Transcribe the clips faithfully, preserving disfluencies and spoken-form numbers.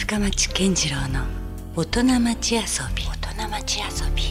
深町健次郎の大人町遊び大人町遊び。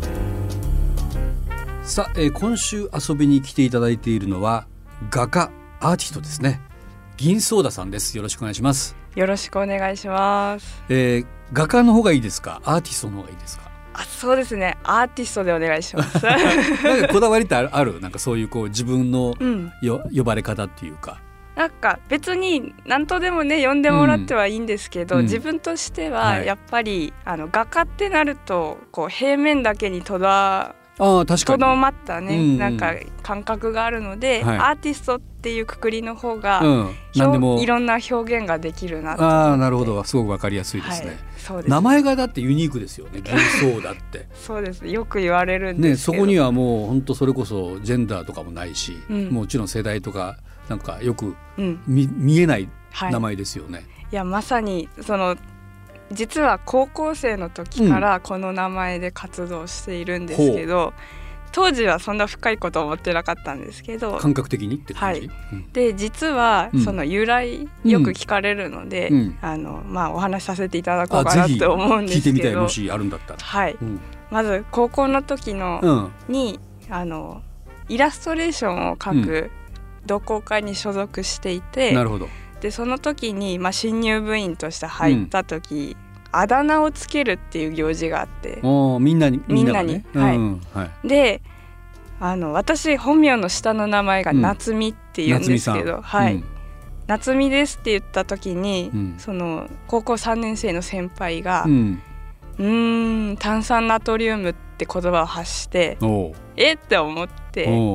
さあ、えー、今週遊びに来ていただいているのは画家アーティストですね。銀ソーダさんです。よろしくお願いします。 よろしくお願いします。 えー、画家の方がいいですか、アーティストの方がいいですか？ あ、そうですね、アーティストでお願いしますなんかこだわりってある、あるなんかそういうこう自分のよ、 うん、 呼ばれ方っていうか。 なんか別に何とでもね呼んでもらってはいいんですけど、 うん、 自分としてはやっぱり、 はい、 あの画家ってなるとこう平面だけにとだあ、確かにとどまったね、 うんうん、 なんか感覚があるので、はい、アーティストっていうくくりの方が、うん、 何でもいろんな表現ができるなと思って。 あ、なるほど、すごくわかりやすいですね、はい、そうです。名前がだってユニークですよね、銀ソーダってそうです、よく言われるんですけど、 ね、そこにはもう本当それこそジェンダーとかもないし、 うん、 もちろん世代とかなんかよく 見,、うん、見えない名前ですよね、はい、 いやまさにその実は高校生の時からこの名前で活動しているんですけど、うん、当時はそんな深いことを思ってなかったんですけど、 感覚的にって感じ、 はい、うん、で実はその由来よく聞かれるので、うん、あのまあ、お話しさせていただこうかなと思うんですけど、 聞いてみたい、もしあるんだったら、 はい、 うん、 まず高校の時の、うん、にあのイラストレーションを描く同好会に所属していて、 うん、なるほど。 でその時に、まあ、新入部員として入った時、うん、あだ名をつけるっていう行事があって、 おみんなにみんなに、ね、はい、うんはい、であの私本名の下の名前が夏美っていうんですけど、うん、はい、うん、夏美ですって言った時に、うん、その高校さんねん生の先輩が、うん、うーん炭酸ナトリウムって言葉を発して、えって思って、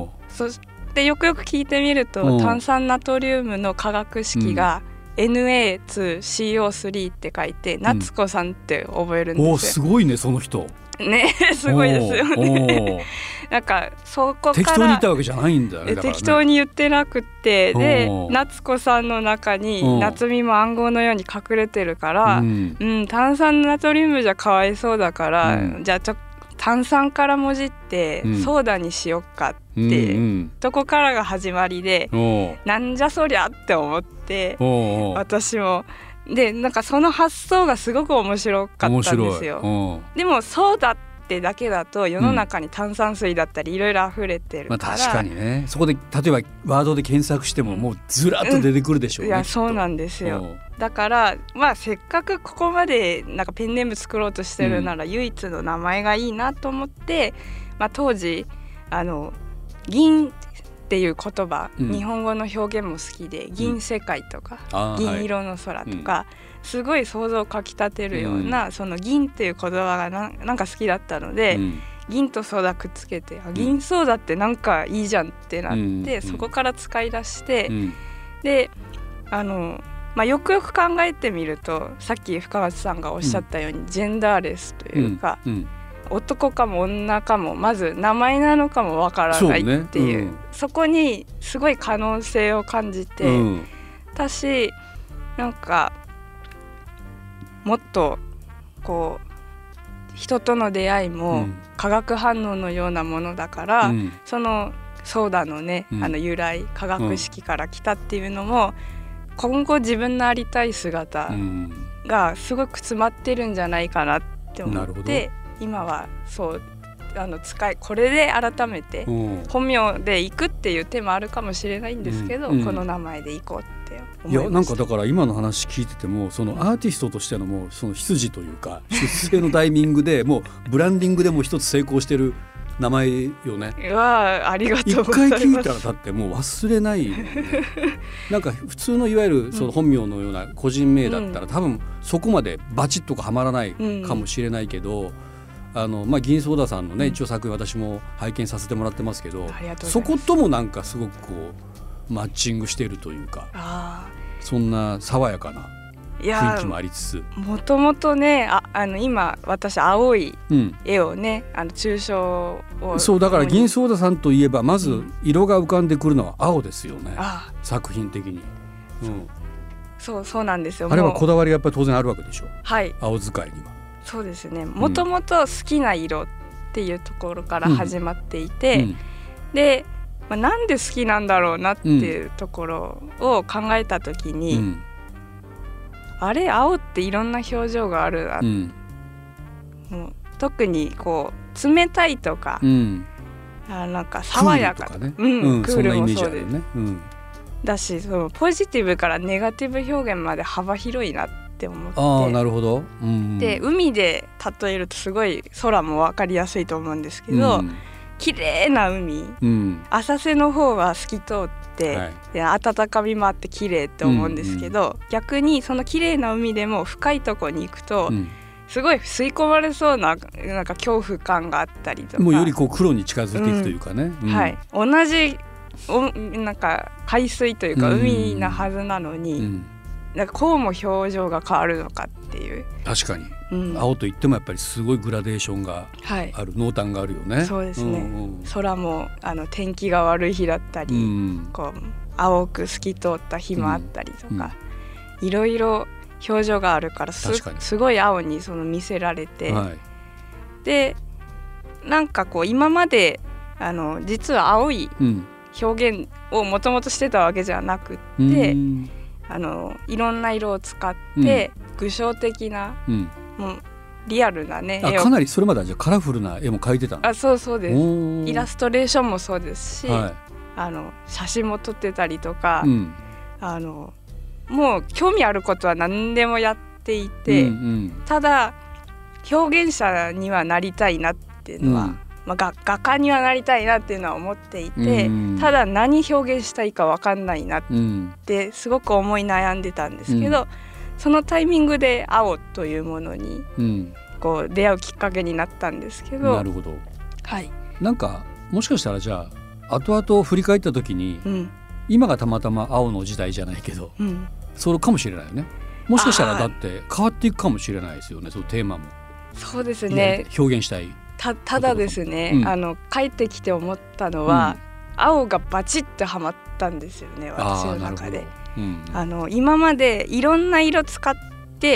そしてよくよく聞いてみると炭酸ナトリウムの化学式が、うん、エヌエーツーシーオースリー って書いて、夏子さんって覚えるんですよ。 おすごいね、その人ね、すごいですよねなんかそこから適当に言ったわけじゃないんだよね。だからね、 適当に言ってなくて、で夏子さんの中に夏美も暗号のように隠れてるから、うんうん、炭酸ナトリウムじゃかわいそうだから、うん、じゃあちょ炭酸からもじって、うん、ソーダにしよっかって、うんうん、とこからが始まりで、なんじゃそりゃって思って、おうおう私もでなんかその発想がすごく面白かったんですよ。でもソーダってだけだと世の中に炭酸水だったりいろいろ溢れてるから、 まあ、確かにね、そこで例えばワードで検索してももうずらっと出てくるでしょうね、 うん、いやそうなんですよ。だから、まあ、せっかくここまでなんかペンネーム作ろうとしてるなら唯一の名前がいいなと思って、まあ、当時あの銀っていう言葉、うん、日本語の表現も好きで銀世界とか、うん、銀色の空とか、はい、すごい想像をかきたてるような、うん、その銀っていう言葉が な, なんか好きだったので、うん、銀とソーダくっつけて、うん、銀ソーダってなんかいいじゃんってなって、うん、そこから使い出して、うん、であのまあ、よくよく考えてみるとさっき深町さんがおっしゃったように、うん、ジェンダーレスというか、うんうん、男かも女かもまず名前なのかもわからないっていう、 そうね、うん、そこにすごい可能性を感じて、うん、たしなんかもっとこう人との出会いも化学反応のようなものだから、うん、そのソーダのね、うん、あの由来化学式から来たっていうのも、今後自分のありたい姿がすごく詰まってるんじゃないかなって思って、今はそうあの使いこれで改めて本名で行くっていう手もあるかもしれないんですけど、うんうん、この名前で行こうって思いました。 いやなんかだから今の話聞いててもそのアーティストとしてのもうその出自というか出世のタイミングでもうブランディングでも一つ成功してる名前よね。 うわありがとうございます。 一回聞いたらだってもう忘れないよねなんか普通のいわゆるその本名のような個人名だったら、うん、多分そこまでバチッとかはまらないかもしれないけど、うん、あのまあ、銀ソーダさんのね、うん、一応作品私も拝見させてもらってますけど、そこともなんかすごくこうマッチングしているというか、あそんな爽やかな雰囲気もありつつ、 もともとね あ, あの今私青い絵をね、うん、あの抽象をそうだから銀ソーダさんといえばまず色が浮かんでくるのは青ですよね、うん、作品的に、うん、 そうそうなんですよ。 あれはこだわりがやっぱり当然あるわけでしょ、 はい、 青使いには。 そうですね、もともと好きな色っていうところから始まっていて、うんうん、で、まあ、なんで好きなんだろうなっていうところを考えたときに、うん、 あれ青っていろんな表情があるな、うん、もう特にこう冷たいとか、うん、あなんか爽やかクールとかね、 うんうん、クールもそうです、 ねうん、 だしそのポジティブからネガティブ表現まで幅広いなって思って。 あなるほど、うん、 で海で例えるとすごい空も分かりやすいと思うんですけど、うん、綺麗な海、うん、浅瀬の方は透き通って、はい、で温かみもあって綺麗って思うんですけど、うんうん、逆にその綺麗な海でも深いとこに行くと、うん、すごい吸い込まれそうな、なんか恐怖感があったりとか、 もうよりこう黒に近づいていくというかね、 うんうん、はい、同じおなんか海水というか海なはずなのに、うん、なんかこうも表情が変わるのかっていう。 確かに、うん、青といってもやっぱりすごいグラデーションがある、はい、濃淡があるよね。 そうですね、うんうん、空もあの天気が悪い日だったり、うん、こう青く透き通った日もあったりとか、うん、いろいろ表情があるから す, すごい青にその見せられて、はい、でなんかこう今まであの実は青い表現をもともとしてたわけじゃなくって、うん、あのいろんな色を使って、うん、具象的な、うん、もうリアルなねあ絵をかなりそれまではじゃあカラフルな絵も描いてたの？ あそうそうです。イラストレーションもそうですし、はい、あの写真も撮ってたりとか、うん、あのもう興味あることは何でもやっていて、うんうん、ただ表現者にはなりたいなっていうのは、うんまあ、画, 画家にはなりたいなっていうのは思っていて、うん、ただ何表現したいか分かんないなってすごく思い悩んでたんですけど、うん、そのタイミングで青というものにこう出会うきっかけになったんですけど、 なるほど、 はい、 なんかもしかしたらじゃあ後々振り返った時に、うん、今がたまたま青の時代じゃないけど、うん、それかもしれないよね。もしかしたらだって変わっていくかもしれないですよね、そのテーマも。そうですね、表現したいた, ただですね、うん、あの帰ってきて思ったのは、うん、青がバチッとはまったんですよね、私の中で。うん、あの今までいろんな色使って、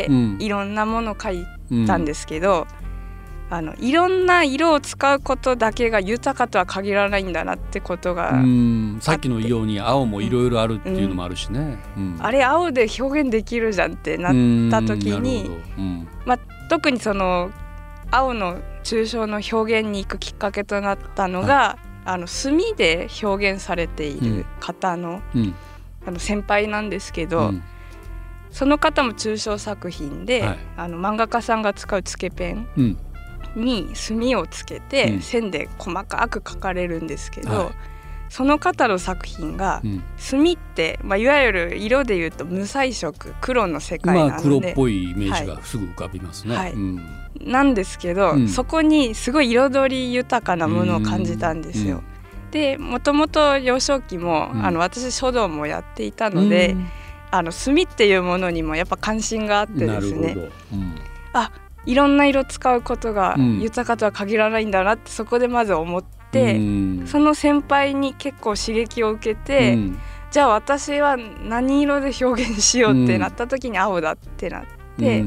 うん、いろんなもの描いたんですけど、うん、あのいろんな色を使うことだけが豊かとは限らないんだなってことが、うん、 さっきのように青もいろいろあるっていうのもあるしね、 うんうん、あれ青で表現できるじゃんってなった時に、うんまあ、特にその青の抽象の表現に行くきっかけとなったのが、はい、あの墨で表現されている方 の,、うん、あの先輩なんですけど、うん、その方も抽象作品で、はい、あの漫画家さんが使うつけペンに墨をつけて、うん、線で細かく描かれるんですけど、はい、その方の作品が、うん、墨って、まあ、いわゆる色でいうと無彩色黒の世界なので、まあ、 黒っぽいイメージがすぐ浮かびますね、 はいはいうんなんですけど、うん、そこにすごい彩り豊かなものを感じたんですよ、うん、でもともと幼少期も、うん、あの私書道もやっていたので、うん、あの墨っていうものにもやっぱ関心があってですね、うん、あいろんな色使うことが豊かとは限らないんだなってそこでまず思って、うん、その先輩に結構刺激を受けて、うん、じゃあ私は何色で表現しようってなった時に青だってなって、うん、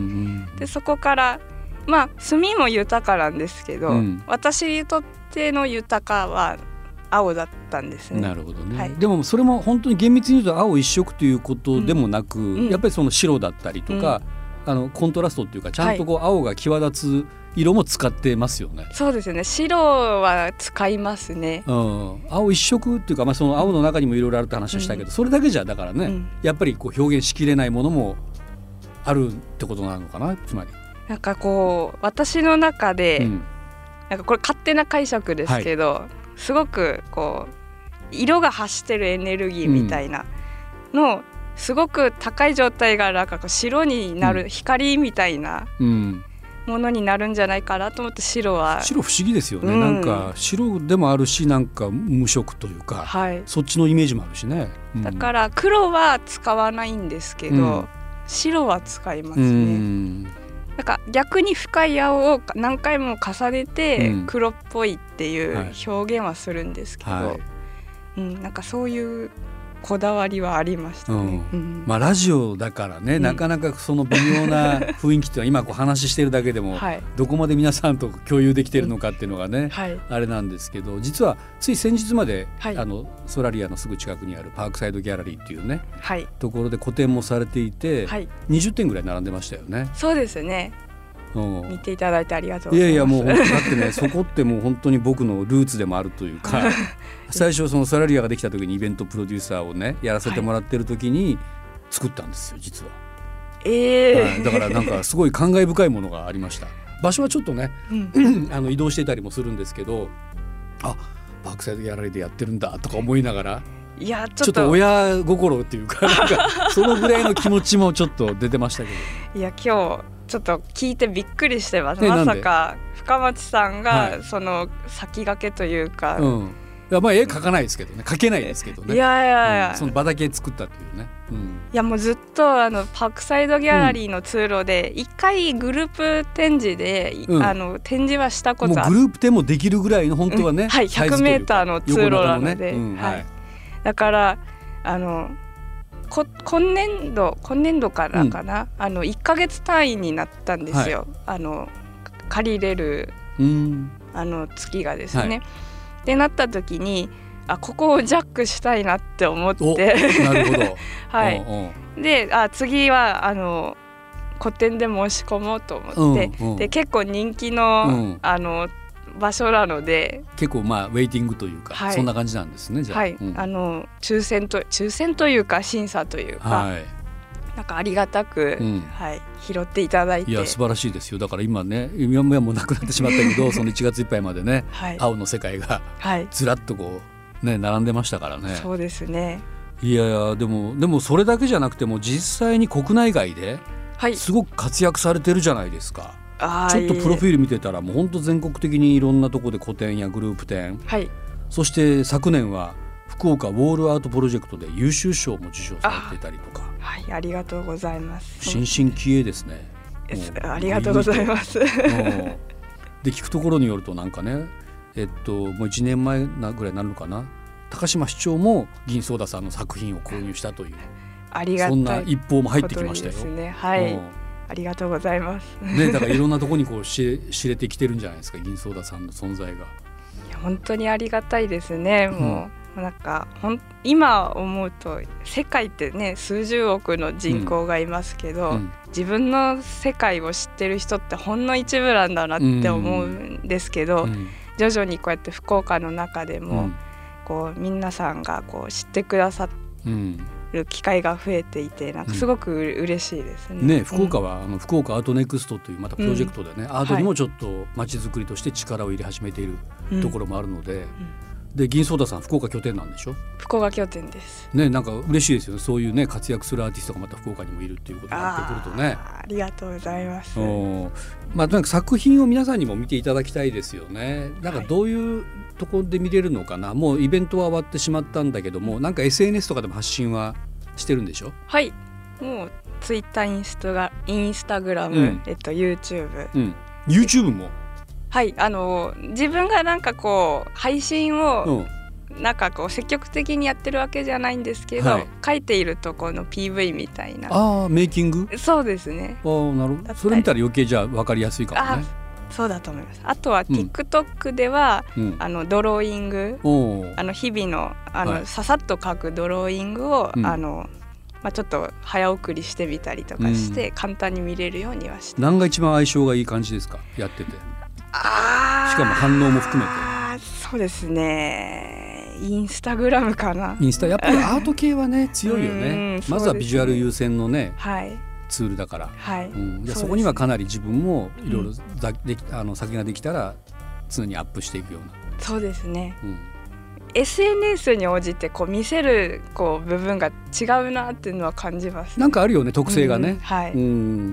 でそこからまあ墨も豊かなんですけど、うん、私にとっての豊かは青だったんですね。 なるほどね、はい、でもそれも本当に厳密に言うと青一色ということでもなく、うん、やっぱりその白だったりとか、うん、あのコントラストっていうかちゃんとこう青が際立つ色も使ってますよね、はい、 そうですね、白は使いますね、 うん、青一色っていうか、まあ、その青の中にもいろいろあるって話をしたけど、うん、それだけじゃだからね、うん、やっぱりこう表現しきれないものもあるってことなのかな。つまりなんかこう私の中で、うん、なんかこれ勝手な解釈ですけど、はい、すごくこう色が発してるエネルギーみたいなの、うん、すごく高い状態がなんかこう白になる、うん、光みたいなものになるんじゃないかなと思って白は白不思議ですよね、うん、なんか白でもあるしなんか無色というか、はい、そっちのイメージもあるしね、 うん、だから黒は使わないんですけど、うん、白は使いますね、うんなんか逆に深い青を何回も重ねて黒っぽいっていう表現はするんですけど、うんはいうん、なんかそういうこだわりはありましたね、 うんうん、 まあ、ラジオだからね、うん、なかなかその微妙な雰囲気っていうのは今こう話してるだけでも、はい、どこまで皆さんと共有できてるのかっていうのがね、うん、はい、あれなんですけど、実はつい先日まで、はい、あのソラリアのすぐ近くにあるパークサイドギャラリーっていうね、はい、ところで個展もされていて、はい、にじゅってんぐらい並んでましたよね。 そうですね、うん、見ていただいてありがとうございます。 いやいや、もうだってねそこってもう本当に僕のルーツでもあるというか最初そのソラリアができた時にイベントプロデューサーをねやらせてもらってる時に作ったんですよ、実は。 えーはい、だからなんかすごい感慨深いものがありました。場所はちょっとね、うん、あの移動していたりもするんですけど、あ、パークサイドギャラリーでやってるんだとか思いながら、 いやちょっと、 ちょっと親心っていうか、なんかそのぐらいの気持ちもちょっと出てましたけど。 いや今日ちょっと聞いてびっくりしてます。まさか深町さんがその先駆けというか、はい、うん、いや、まあ絵描かないですけどね、描けないですけどね。 いやいやいや、 うん、その場だけ作ったっていうね、うん、 いやもうずっとあのパークサイドギャラリーの通路で一回グループ展示で、うん、あの展示はしたことある。 もうグループ展もできるぐらいの本当はね、うん、 はい、ひゃくメーターの通路なので、ね、うん、はい、だからあのこ今年度今年度からかな、うん、あのいっかげつ単位になったんですよ、はい、あの借りれる、うん、あの月がですね、はい、ってなった時に、あ、ここをジャックしたいなって思ってなるほどはい、おうおう、で、あ、次はあの個展で申し込もうと思って、うんうん、で結構人気の、うん、あの場所なので、 結構まあウェイティングというか、はい、そんな感じなんですね。じゃあ、はい、うん、あの抽選と抽選というか審査というか、はい、なんかありがたく、うん、はい、拾っていただいて。 いや素晴らしいですよ。だから今ね、今もうなくなってしまったけどそのいちがついっぱいまでね、はい、青の世界がずらっとこうね並んでましたからね。 そうですね。 いやいや、でもでもそれだけじゃなくても実際に国内外ですごく活躍されてるじゃないですか。はい、ちょっとプロフィール見てたらもう本当全国的にいろんなところで個展やグループ展、はい、そして昨年は福岡ウォールアートプロジェクトで優秀賞も受賞されていたりとか。 はい、ありがとうございます。 新進気鋭ですね。 ありがとうございます。で聞くところによるとなんかね、えっともういちねんまえなぐらいになるのかな、高島市長も銀ソーダさんの作品を購入したという、 ありがたい、 そんな一報も入ってきましたよ。 ですね、はい、ありがとうございます、 ね、だからいろんなところにこう知れ、知れてきてるんじゃないですか、銀ソーダさんの存在が。いや本当にありがたいですね。もう、うん、なんかほん今思うと世界ってね数十億の人口がいますけど、うんうん、自分の世界を知ってる人ってほんの一部なんだなって思うんですけど、うん、徐々にこうやって福岡の中でも、うん、こう皆さんがこう知ってくださる機会が増えていて、なんかすごくう、うん、嬉しいですね。 ね、福岡は、うん、あの福岡アートネクストというまたプロジェクトでね、うん、アートにもちょっと街づくりとして力を入れ始めているところもあるので、うんうん、で銀ソーダさん福岡拠点なんでしょ。 福岡拠点ですね。なんか嬉しいですよね、そういうね活躍するアーティストがまた福岡にもいるっていうことになってくるとね。 あ, ありがとうございます。 まあ、なんか作品を皆さんにも見ていただきたいですよね。なんかどういうところで見れるのかな、はい、もうイベントは終わってしまったんだけども、なんか エスエヌエス とかでも発信はしてるんでしょ。 はい、もうツイッター、インスタがインスタグラム、うん、えっと YouTube、うん、 YouTube も、 はい、あの自分がなんかこう配信をなんかこう積極的にやってるわけじゃないんですけど、はい、書いているとこの ピーブイ みたいな。 ああ、メイキング。 そうですね。 ああ、なるほど。それ見たら余計じゃあ分かりやすいかもね。 そうだと思います。あとは TikTok では、うん、あのドローイング、あの日々の、あの、はい、ささっと描くドローイングを、うん、あのまあ、ちょっと早送りしてみたりとかして、うん、簡単に見れるようにはして。 何が一番相性がいい感じですか、やってて。あ、しかも反応も含めて。 あ、そうですね、インスタグラムかな。 インスタやっぱりアート系はね強いよね。まずはビジュアル優先のね、はい、ツールだから、はい、うん、でそこにはかなり自分もいろいろあの先ができたら常にアップしていくような。 そうですね、うん、エスエヌエス に応じてこう見せるこう部分が違うなっていうのは感じます、ね、 なんかあるよね、特性がね、うん、 はい、 うん、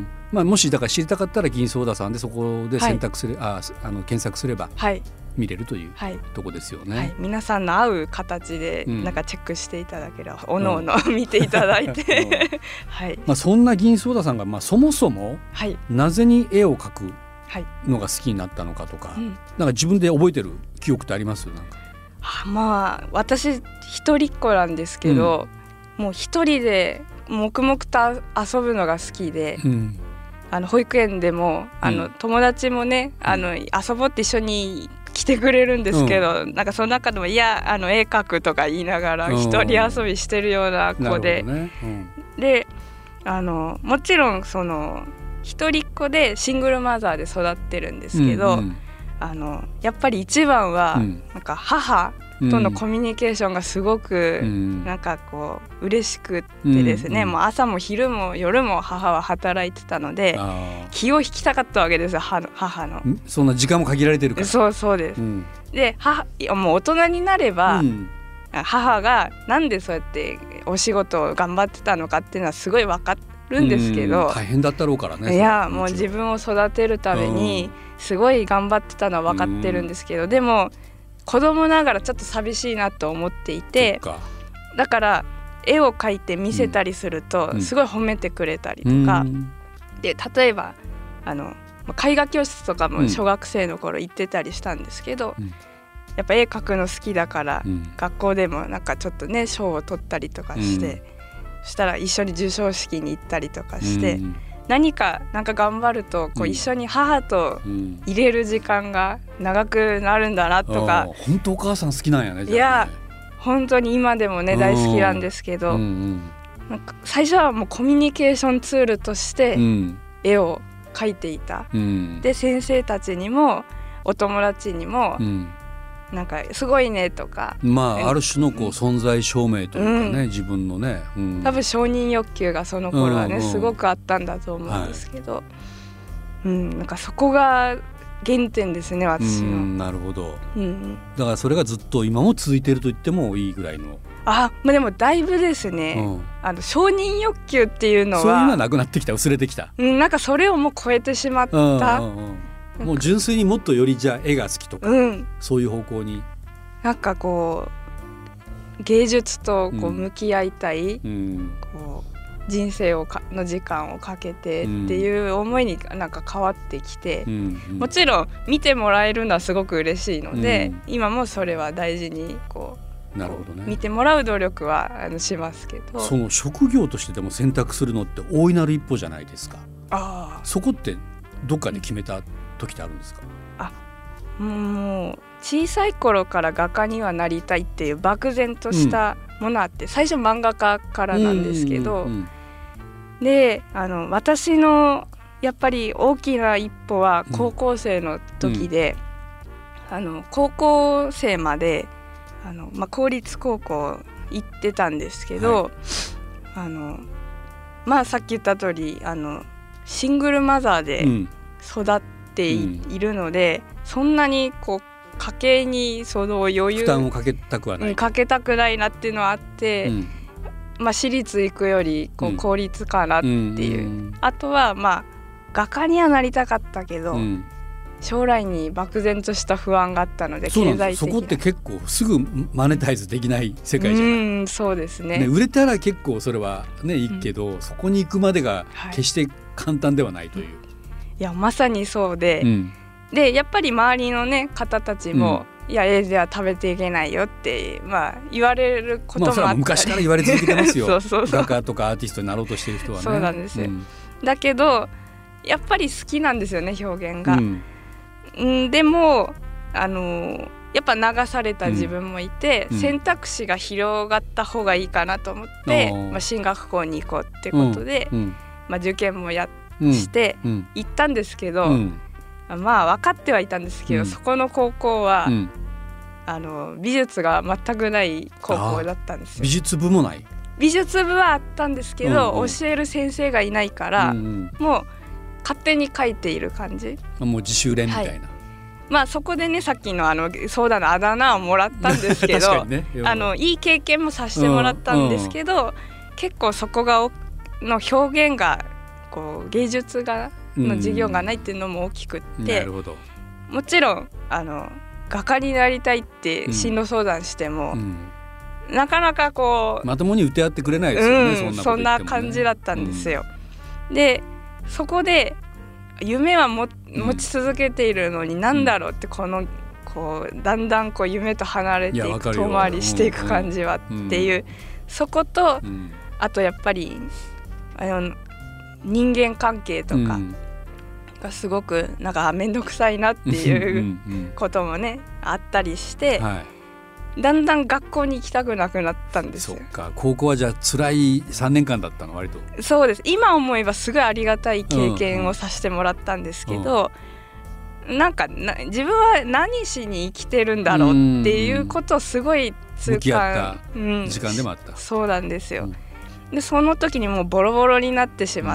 まあ、もしだから知りたかったら銀ソーダさんでそこで選択すれ、はい、ああの検索すれば見れるという、はい、とこですよね、はい、 皆さんの合う形でなんかチェックしていただければ、うん、おのおの見ていただいて、はい、 まあ、そんな銀ソーダさんが、まあ、そもそもなぜに絵を描くのが好きになったのかとか、はい、なんか自分で覚えてる記憶ってあります？なんか、 まあ私一人っ子なんですけど、 もう一人で黙々と遊ぶのが好きで、うん、あの保育園でもあの、うん、友達もねあの遊ぼうって一緒に来てくれるんですけど、うん、なんかその中でもいやあの絵描くとか言いながら一人遊びしてるような子で、ねうん、であのもちろんその一人っ子でシングルマザーで育ってるんですけど、うんうん、あのやっぱり一番は、うん、なんか母とのコミュニケーションがすごく、うん、なんかこう嬉しくってですね、うんうん、もう朝も昼も夜も母は働いてたので気を引きたかったわけですよ母の。 そんな時間も限られてるから。 そうそうです、うん、で母もう大人になれば、うん、母がなんでそうやってお仕事を頑張ってたのかっていうのはすごい分かるんですけど、 うん、大変だったろうからね。 いやもう自分を育てるためにすごい頑張ってたのは分かってるんですけど、うん、でも子供ながらちょっと寂しいなと思っていて、かだから絵を描いて見せたりするとすごい褒めてくれたりとか、うん、で例えばあの絵画教室とかも小学生の頃行ってたりしたんですけど、うん、やっぱ絵描くの好きだから、うん、学校でもなんかちょっとね賞を取ったりとかして、うん、そしたら一緒に授賞式に行ったりとかして、うん、何かなんか頑張るとこう一緒に母と入れる時間が長くなるんだなとか、 うん、本当お母さん好きなんやね。 いや本当に今でもね大好きなんですけど、うんうん、なんか最初はもうコミュニケーションツールとして絵を描いていた、うん、で先生たちにもお友達にも、うん、なんかすごいねとか、 まあある種のこう存在証明というかね、うん、自分のね、 うん、多分承認欲求がその頃はね、うんうん、すごくあったんだと思うんですけど、はい、うん、なんかそこが原点ですね私の。うん、なるほど、うん、だからそれがずっと今も続いていると言ってもいいぐらいの。 あ、まあ、でもだいぶですね、うん、あの承認欲求っていうのはそういうのはなくなってきた、薄れてきた、 うん、なんかそれをもう超えてしまった、うんうんうん、もう純粋にもっとよりじゃあ絵が好きとか、うん、そういう方向になんかこう芸術とこう向き合いたい、うん、こう人生をかの時間をかけてっていう思いになんか変わってきて、うんうん、もちろん見てもらえるのはすごく嬉しいので、うん、今もそれは大事にこう、なるほどね、見てもらう努力はあのしますけど、 その職業としてでも選択するのって大いなる一歩じゃないですか。あ、そこってどっかで決めた時ってあるんですか？ あ、もう小さい頃から画家にはなりたいっていう漠然としたものあって、うん、最初漫画家からなんですけど、うんうんうん、であの私のやっぱり大きな一歩は高校生の時で、うん、あの高校生まであの、まあ、公立高校行ってたんですけど、はい、あのまあ、さっき言った通りあのシングルマザーで育って い,、うん、いるので、そんなにこう家計にその余裕負担をかけたくはない、 うん、かけたくないなっていうのはあって、うん、まあ、私立行くよりこう公立かなっていう、うん、あとはまあ画家にはなりたかったけど、うん、将来に漠然とした不安があったので、 そうなんです。経済的なそこって結構すぐマネタイズできない世界じゃない。うん、 そうです ね, ね売れたら結構それはねいいけど、うん、そこに行くまでが決して簡単ではないという、はい、いやまさにそうで、うん、でやっぱり周りの、ね、方たちも、うん、いや絵では食べていけないよって、まあ、言われることもあったり、まあ、 昔から言われ続けてますよそうそうそう、画家とかアーティストになろうとしている人はね。 そうなんですよ、うん、だけどやっぱり好きなんですよね表現が、うん、でもあのやっぱ流された自分もいて、うん、選択肢が広がった方がいいかなと思って、まあ、進学校に行こうってことで、うん、まあ、受験もやして行ったんですけど、うん、まあ分かってはいたんですけど、うん、そこの高校は、うん、あの美術が全くない高校だったんですよ。 美術部もない？ 美術部はあったんですけど、うんうん、教える先生がいないから、うんうん、もう勝手に描いている感じ。 もう自主練みたいな、はい、 まあ、そこでねさっきのあのソーダのあだ名をもらったんですけど、ね、あのいい経験もさせてもらったんですけど、うんうん、結構そこがの表現がこう芸術がの授業がないっていうのも大きくって、うん、なるほど。もちろんあの画家になりたいって進路相談しても、うんうん、なかなかこうまともに打て合ってくれないですよね、 うん、そんなこと言ってもね。そんな感じだったんですよ、うん、でそこで夢はも持ち続けているのになんだろうって、このこうだんだんこう夢と離れていく、遠回りしていく感じはっていう、 そこと、 うん、 あとやっぱりあの人間関係とかがすごくなんか面倒くさいなっていうこともねあったりして、はい、だんだん学校に行きたくなくなったんですよ。 そっか、高校はじゃあ辛いさんねんかんだったの？割とそうです。今思えばすごいありがたい経験をさせてもらったんですけど、うんうん、なんかな自分は何しに生きてるんだろうっていうことをすごい痛感、向き合った時間でもあった、うん、そうなんですよ、うん、でその時にもうボロボロになってしまって、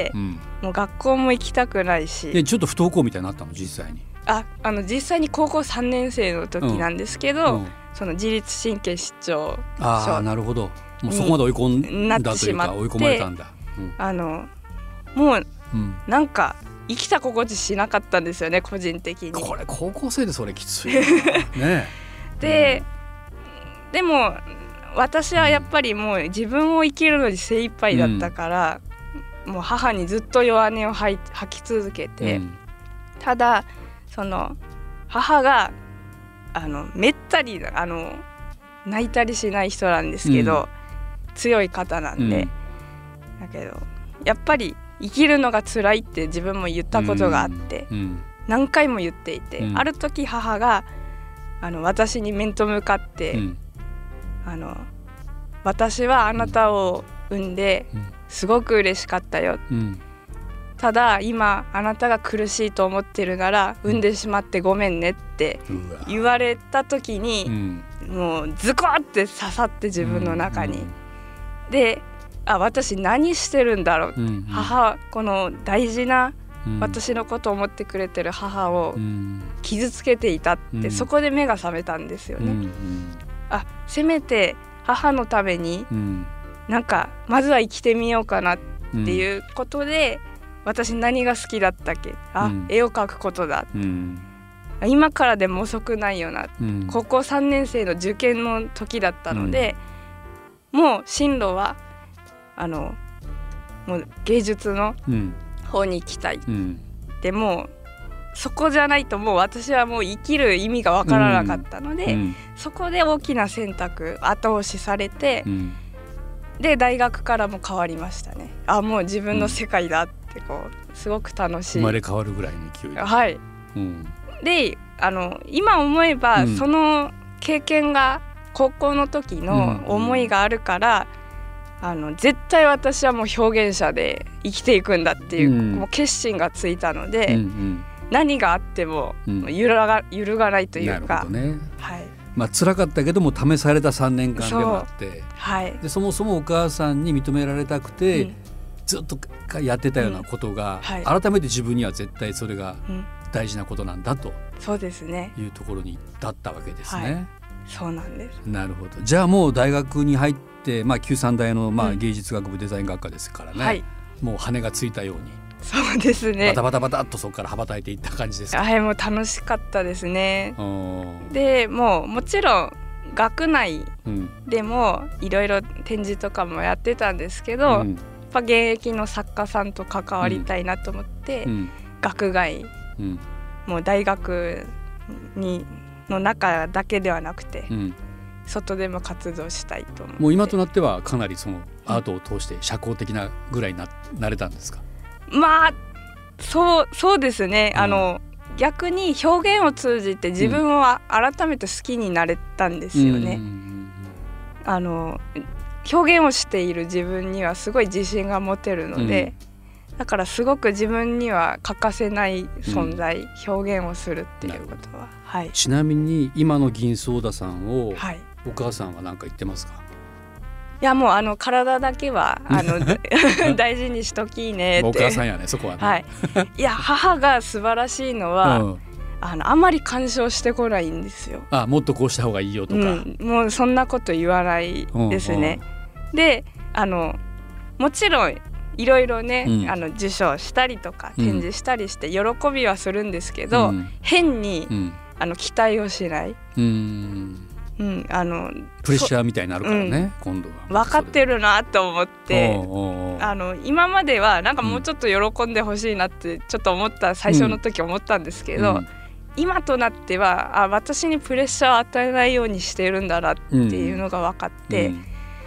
うんうん、もう学校も行きたくないし。 でちょっと不登校みたいになったの？実際にああの実際に高校さんねん生の時なんですけど、うんうん、その自律神経失調症。あ、なるほど。もうそこまで追い込んだというか追い込まれたんだ、 うん、あのもうなんか生きた心地しなかったんですよね、個人的に。 これ高校生でそれきついねで、うん、でも私はやっぱりもう自分を生きるのに精一杯だったから、うん、もう母にずっと弱音を吐き続けて、うん、ただその母があのめったりあの泣いたりしない人なんですけど、うん、強い方なんで、うん、だけどやっぱり生きるのが辛いって自分も言ったことがあって、うんうん、何回も言っていて、うん、ある時母があの私に面と向かって、うん、あの私はあなたを産んですごく嬉しかったよ、うん、ただ今あなたが苦しいと思ってるなら産んでしまってごめんねって言われた時に、うん、もうズコって刺さって自分の中に、うんうん、であ私何してるんだろう、うんうん、母この大事な私のことを思ってくれてる母を傷つけていたって、うん、そこで目が覚めたんですよね、うんうん、あせめて母のために、うん、なんかまずは生きてみようかなっていうことで、うん、私何が好きだったっけあ、うん、絵を描くことだ、うん、今からでも遅くないよな、うん、高校さんねん生の受験の時だったので、うん、もう進路はあのもう芸術の方に行きたい、うん、でもそこじゃないともう私はもう生きる意味が分からなかったので、うん、そこで大きな選択後押しされて、うん、で大学からも変わりましたね。あもう自分の世界だってこうすごく楽しい、 生まれ変わるぐらいの勢いで、 はい、うん、であの今思えば、うん、その経験が高校の時の思いがあるから、うん、あの絶対私はもう表現者で生きていくんだっていう、うん、もう決心がついたので、うんうん、何があっても揺らが、揺るがないというか、 なるほどね、 はい、 まあ辛かったけども試されたさんねんかんでもあって、 はい、 でそもそもお母さんに認められたくて、うん、ずっとやってたようなことが、うんはい、改めて自分には絶対それが大事なことなんだと、 そうですね、 いうところに至ったわけですね、 はい、そうなんです。 なるほど。じゃあもう大学に入って、まあ、きゅうさん大の、まあ、芸術学部デザイン学科ですからね、うんはい、もう羽がついたように、 そうですね、 バタバタバタっとそこから羽ばたいていった感じですか。 はい、もう楽しかったですね。でもうもちろん学内でもいろいろ展示とかもやってたんですけど、うん、やっぱ現役の作家さんと関わりたいなと思って、うん、学外、うん、もう大学にの中だけではなくて、うん、外でも活動したいと思って、 もう今となってはかなりそのアートを通して社交的なぐらいに な, なれたんですか。 まあそうそうですね、うん、あの逆に表現を通じて自分を改めて好きになれたんですよね、うん、あの表現をしている自分にはすごい自信が持てるので、うん、だからすごく自分には欠かせない存在、うん、表現をするっていうことは、はい、 ちなみに今の銀ソーダさんを、はい、お母さんは何か言ってますか。 いやもうあの体だけはあの大事にしときねって。 お母さんやねそこはね、 はい、いや母が素晴らしいのは、うん、あのあんまり干渉してこないんですよ。 あもっとこうした方がいいよとか、うん、 もうそんなこと言わないですね、うんうん、であのもちろんいろいろね、うん、あの受賞したりとか展示したりして喜びはするんですけど、うん、変に、うん、あの期待をしない、うんうん、あのプレッシャーみたいになるからね、うん、今度は分かってるなと思って、あの今まではなんかもうちょっと喜んでほしいなってちょっと思った、うん、最初の時思ったんですけど、うん、今となってはあ私にプレッシャーを与えないようにしてるんだなっていうのが分かって、うんうん、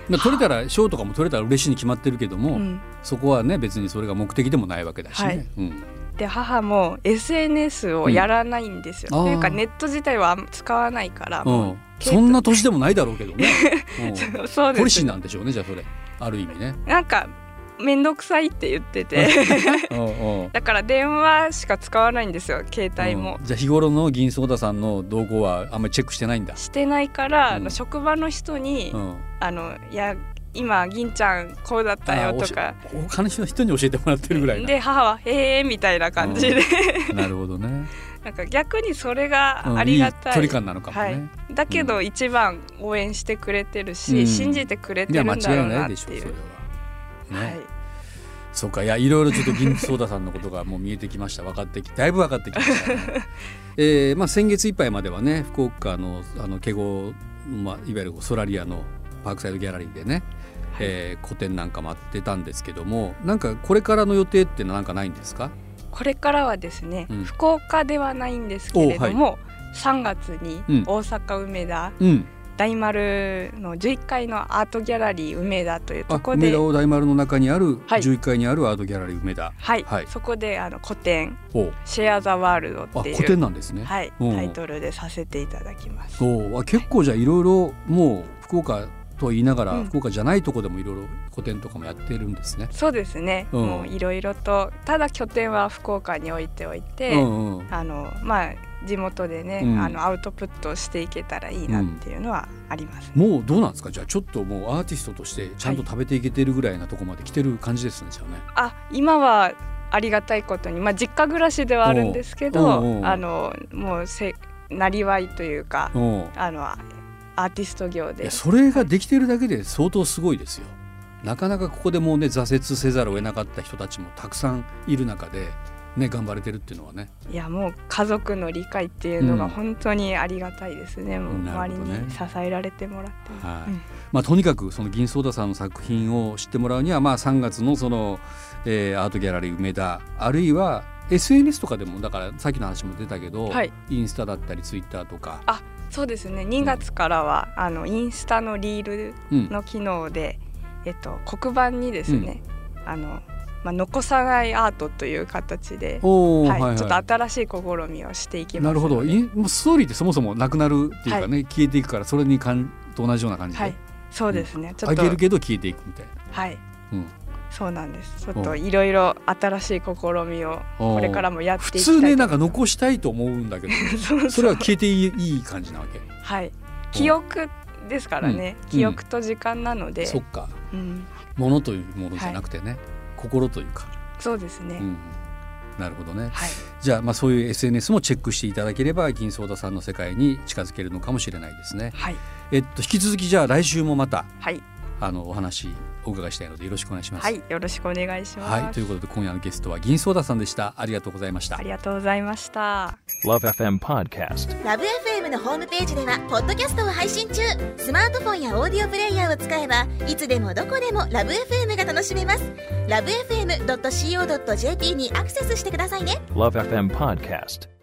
まあ、取れたら賞とかも取れたら嬉しいに決まってるけども、うん、そこはね別にそれが目的でもないわけだしね、はいうん、 で母も エスエヌエス をやらないんですよ、うん、というかネット自体は使わないから、もうそんな年でもないだろうけどねそうそうです。 ポリシーなんでしょうね、じゃあそれある意味ね。 なんかめんどくさいって言ってておうおうだから電話しか使わないんですよ、携帯も。 じゃあ日頃の銀ソーダさんの動向はあんまりチェックしてないんだ。 してないから、うん、職場の人に、うん、あのいや今銀ちゃんこうだったよとか他の人に教えてもらってるぐらいなで、母はへーみたいな感じで、 うん、なるほどねなんか逆にそれがありがたい、 うん、いい距離感なのかもね、はい、 だけど一番応援してくれてるし、うん、信じてくれてるんだろうなっていう。いや間違いないでしょう、それはね、はい、 そうか、いやいろいろちょっと銀ソーダさんのことがもう見えてきました分かってきだいぶ分かってきましたねえーまあ、先月いっぱいまではね福岡のあの華厳、まあ、いわゆるソラリアのパークサイドギャラリーでね、はいえー、個展なんかもあってたんですけども、なんかこれからの予定ってのはなんかないんですか？ これからはですね、うん、福岡ではないんですけれども、はい、さんがつに大阪梅田、うん、大丸のじゅういっかいのアートギャラリー梅田というところで、 梅田大丸の中にあるじゅういっかいにあるアートギャラリー梅田、 はいはい、そこであの個展シェアザワールドっていう個展なんですね、 はい、タイトルでさせていただきます。 お結構じゃあいろいろもう福岡と言いながら、うん、福岡じゃないとこでもいろいろ個展とかもやってるんですね。 そうですね、うん、もういろいろとただ拠点は福岡に置いておいて、うんうん、あのまあ地元でね、うん、あのアウトプットしていけたらいいなっていうのはありますね、 うん、もうどうなんですか？じゃあちょっともうアーティストとしてちゃんと食べていけてるぐらいなところまで来てる感じですね、じゃあね。 あ、今はありがたいことに、まあ、実家暮らしではあるんですけど、あのもうせなりわいというかあのアーティスト業でそれができてるだけで相当すごいですよ。なかなかここでもうね挫折せざるを得なかった人たちもたくさんいる中で、ね、頑張れてるっていうのはね、 いやもう家族の理解っていうのが本当にありがたいですね、うん、もう周りに支えられてもらって、はいうんまあ、とにかくその銀ソーダさんの作品を知ってもらうには、まあ、さんがつのその、えー、アートギャラリー梅田、あるいは エスエヌエス とかでも、だからさっきの話も出たけど、はい、インスタだったりツイッターとか。 あ、そうですね、にがつからは、うん、あのインスタのリールの機能で、うんえっと、黒板にですね、うん、あのまあ、残さないアートという形で、はいはいはい、ちょっと新しい試みをしていきます。 なるほど。ストーリーってそもそもなくなるっていうかね、はい、消えていくから、それにかんと同じような感じで、はい、 そうですね、うん、 ちょっと上げるけど消えていくみたいな。 はい、うん、そうなんです。ちょっといろいろ新しい試みをこれからもやっていきたいと。 普通ね、なんか残したいと思うんだけどそうそう、それは消えていい、いい感じなわけ。 はい、記憶ですからね、うん、記憶と時間なので、うん、 そっか、うん、ものというものじゃなくてね、はい、心というか。 そうですね、うん、 なるほどね、はい、じゃあ、まあそういう エスエヌエス もチェックしていただければ銀ソーダさんの世界に近づけるのかもしれないですね、はい、えっと、引き続きじゃあ来週もまた、はい、あのお話お伺いしたいのでよろしくお願いします。 はい、よろしくお願いします、 はい、ということで今夜のゲストは銀ソーダさんでした。ありがとうございました。 ありがとうございました。 ラブ エフエム Podcast。 ラブ エフエム のホームページではポッドキャストを配信中。スマートフォンやオーディオプレイヤーを使えばいつでもどこでもラブ エフエム が楽しめます。 ラブエフエムドットシーオードットジェーピー にアクセスしてくださいね。 ラブ エフエム Podcast。